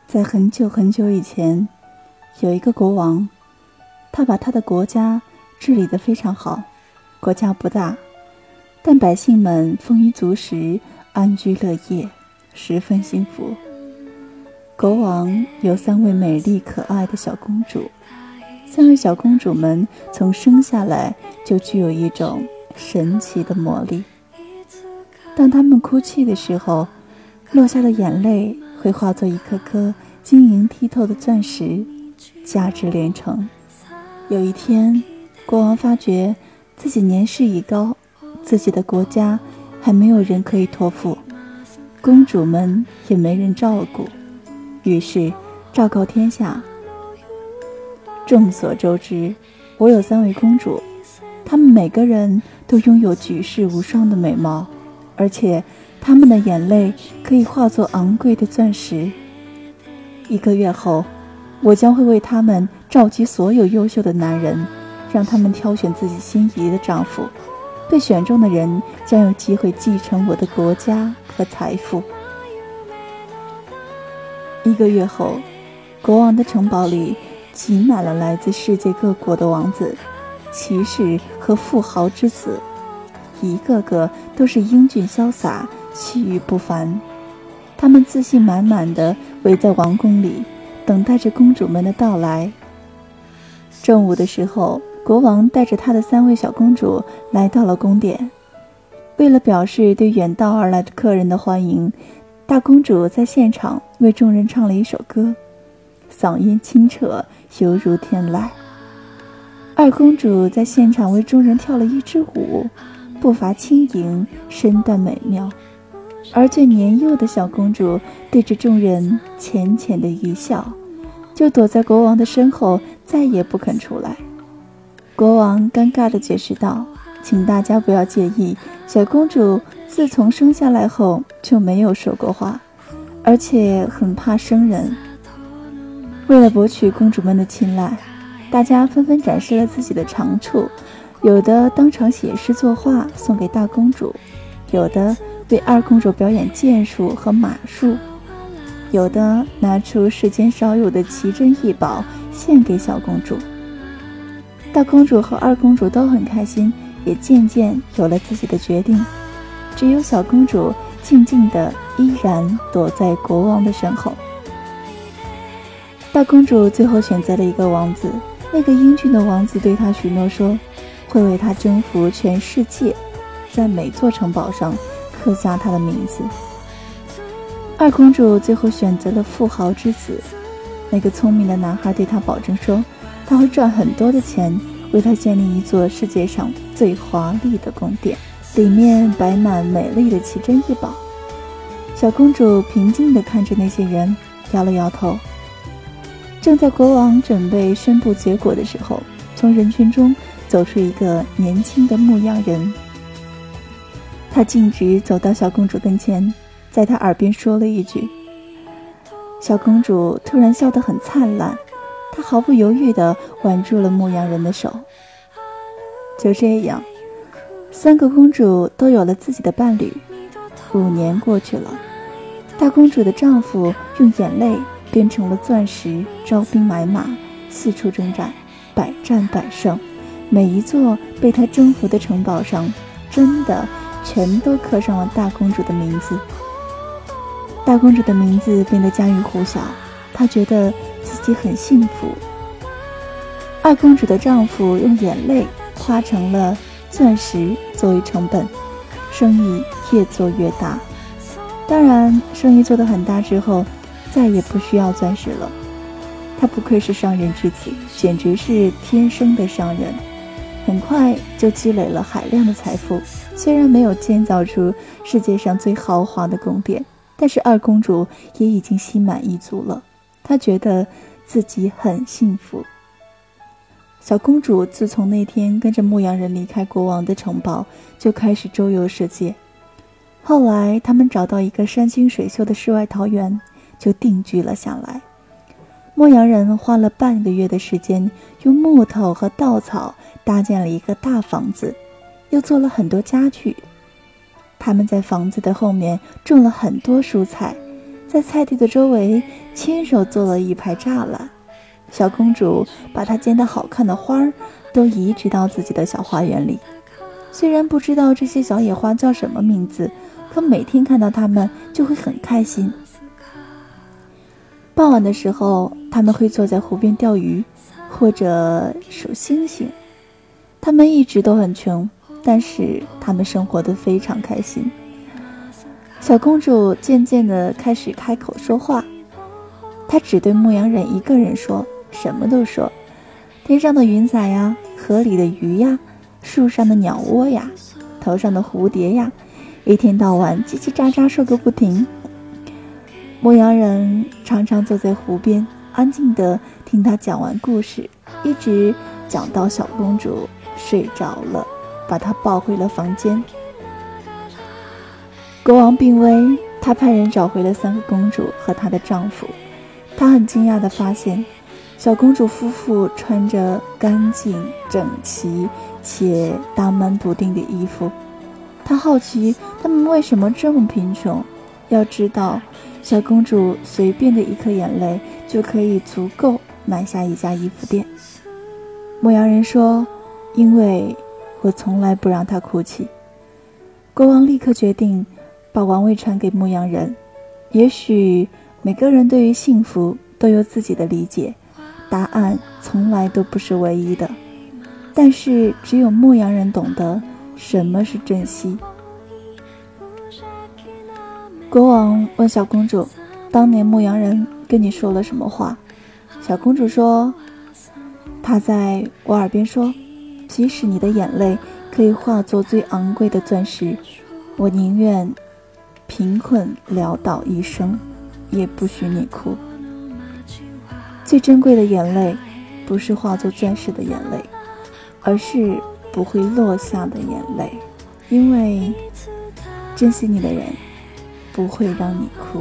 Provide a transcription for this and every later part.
在很久很久以前，有一个国王，他把他的国家治理得非常好。国家不大，但百姓们丰衣足食，安居乐业，十分幸福。国王有3位美丽可爱的小公主，3位小公主们从生下来就具有一种神奇的魔力。当她们哭泣的时候，落下的眼泪会化作一颗颗晶莹剔透的钻石，价值连城。有一天，国王发觉自己年事已高，自己的国家还没有人可以托付，公主们也没人照顾，于是昭告天下。众所周知，我有3位公主，她们每个人都拥有举世无双的美貌，而且她们的眼泪可以化作昂贵的钻石。1个月后，我将会为她们召集所有优秀的男人，让他们挑选自己心仪的丈夫，被选中的人将有机会继承我的国家和财富。1个月后，国王的城堡里挤满了来自世界各国的王子、骑士和富豪之子，一个个都是英俊潇洒，气宇不凡。他们自信满满地围在王宫里，等待着公主们的到来。正午的时候，国王带着他的3位小公主来到了宫殿。为了表示对远道而来的客人的欢迎，大公主在现场为众人唱了一首歌，嗓音清澈，犹如天籁。二公主在现场为众人跳了一支舞，步伐轻盈，身段美妙。而最年幼的小公主对着众人浅浅的一笑，就躲在国王的身后，再也不肯出来。国王尴尬地解释道：“请大家不要介意，小公主自从生下来后就没有说过话，而且很怕生人。”为了博取公主们的青睐，大家纷纷展示了自己的长处，有的当场写诗作画送给大公主，有的为二公主表演剑术和马术，有的拿出世间少有的奇珍异宝献给小公主。大公主和二公主都很开心，也渐渐有了自己的决定。只有小公主静静地依然躲在国王的身后。大公主最后选择了一个王子，那个英俊的王子对她许诺说，会为她征服全世界，在每座城堡上刻下她的名字。二公主最后选择了富豪之子，那个聪明的男孩对她保证说，他会赚很多的钱，为她建立一座世界上最华丽的宫殿，里面摆满美丽的奇珍异宝。小公主平静地看着那些人，摇了摇头。正在国王准备宣布结果的时候，从人群中走出一个年轻的牧羊人。他径直走到小公主跟前，在她耳边说了一句。小公主突然笑得很灿烂，她毫不犹豫地挽住了牧羊人的手。就这样，3个公主都有了自己的伴侣。5年过去了，大公主的丈夫用眼泪变成了钻石，招兵买马，四处征战，百战百胜。每一座被他征服的城堡上，真的全都刻上了大公主的名字。大公主的名字变得家喻户晓，她觉得自己很幸福。二公主的丈夫用眼泪化成了钻石作为成本，生意越做越大。当然，生意做得很大之后，再也不需要钻石了。他不愧是商人之子，简直是天生的商人。很快就积累了海量的财富，虽然没有建造出世界上最豪华的宫殿，但是二公主也已经心满意足了。她觉得自己很幸福。小公主自从那天跟着牧羊人离开国王的城堡，就开始周游世界。后来他们找到一个山清水秀的世外桃源，就定居了下来。牧羊人花了半个月的时间，用木头和稻草搭建了一个大房子，又做了很多家具。他们在房子的后面种了很多蔬菜，在在菜地的周围亲手做了一排栅栏，小公主把她见得好看的花儿都移植到自己的小花园里。虽然不知道这些小野花叫什么名字，可每天看到它们就会很开心。傍晚的时候，他们会坐在湖边钓鱼，或者数星星。他们一直都很穷，但是他们生活得非常开心。小公主渐渐地开始开口说话，她只对牧羊人一个人说，什么都说，天上的云彩呀，河里的鱼呀，树上的鸟窝呀，头上的蝴蝶呀，一天到晚叽叽喳喳说个不停。牧羊人常常坐在湖边，安静地听他讲完故事，一直讲到小公主睡着了，把她抱回了房间。国王病危，他派人找回了3个公主和她的丈夫。他很惊讶地发现，小公主夫妇穿着干净整齐且打满补丁的衣服。他好奇他们为什么这么贫穷。要知道，小公主随便的一颗眼泪就可以足够买下一家衣服店。牧羊人说，因为我从来不让她哭泣。国王立刻决定把王位传给牧羊人。也许每个人对于幸福都有自己的理解，答案从来都不是唯一的，但是只有牧羊人懂得什么是珍惜。国王问小公主，当年牧羊人跟你说了什么话？小公主说，他在我耳边说，即使你的眼泪可以化作最昂贵的钻石，我宁愿贫困潦倒一生，也不许你哭。最珍贵的眼泪不是化作钻石的眼泪，而是不会落下的眼泪，因为珍惜你的人不会让你哭。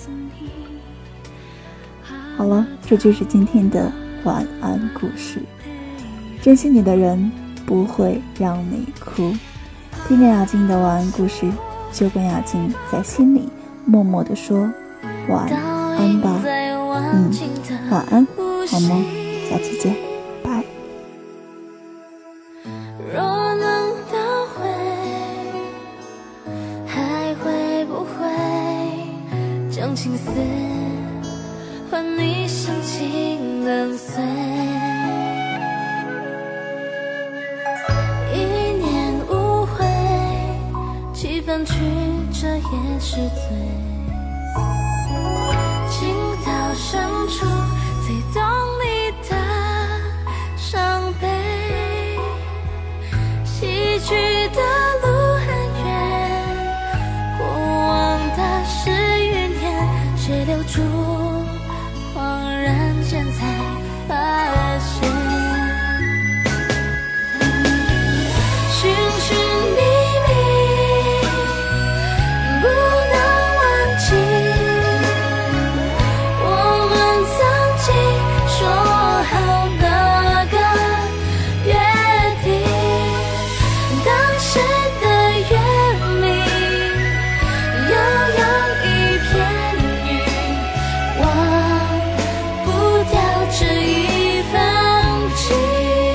好了，这就是今天的晚安故事。珍惜你的人不会让你哭。听着雅静的晚安故事，就跟雅静在心里默默地说晚安吧。晚安，好梦，下期见，拜。 若能倒回，还会不会将情丝换你深情跟随？一念无悔，几番曲折也是罪。情到深处，最懂你的伤悲。崎岖的路很远，过往的誓语念，谁留住？恍然间才发现，寻寻觅觅，不能忘记我们曾经说好那个约定。当时的约明，悠扬一片云，忘不掉这一份情。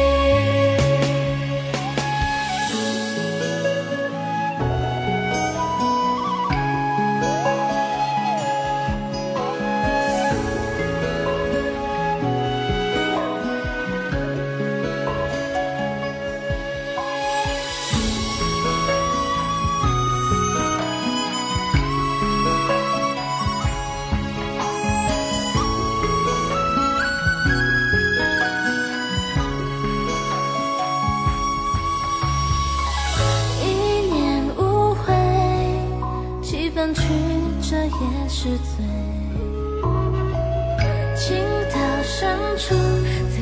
一念无悔，几番曲折也是罪。情到深处。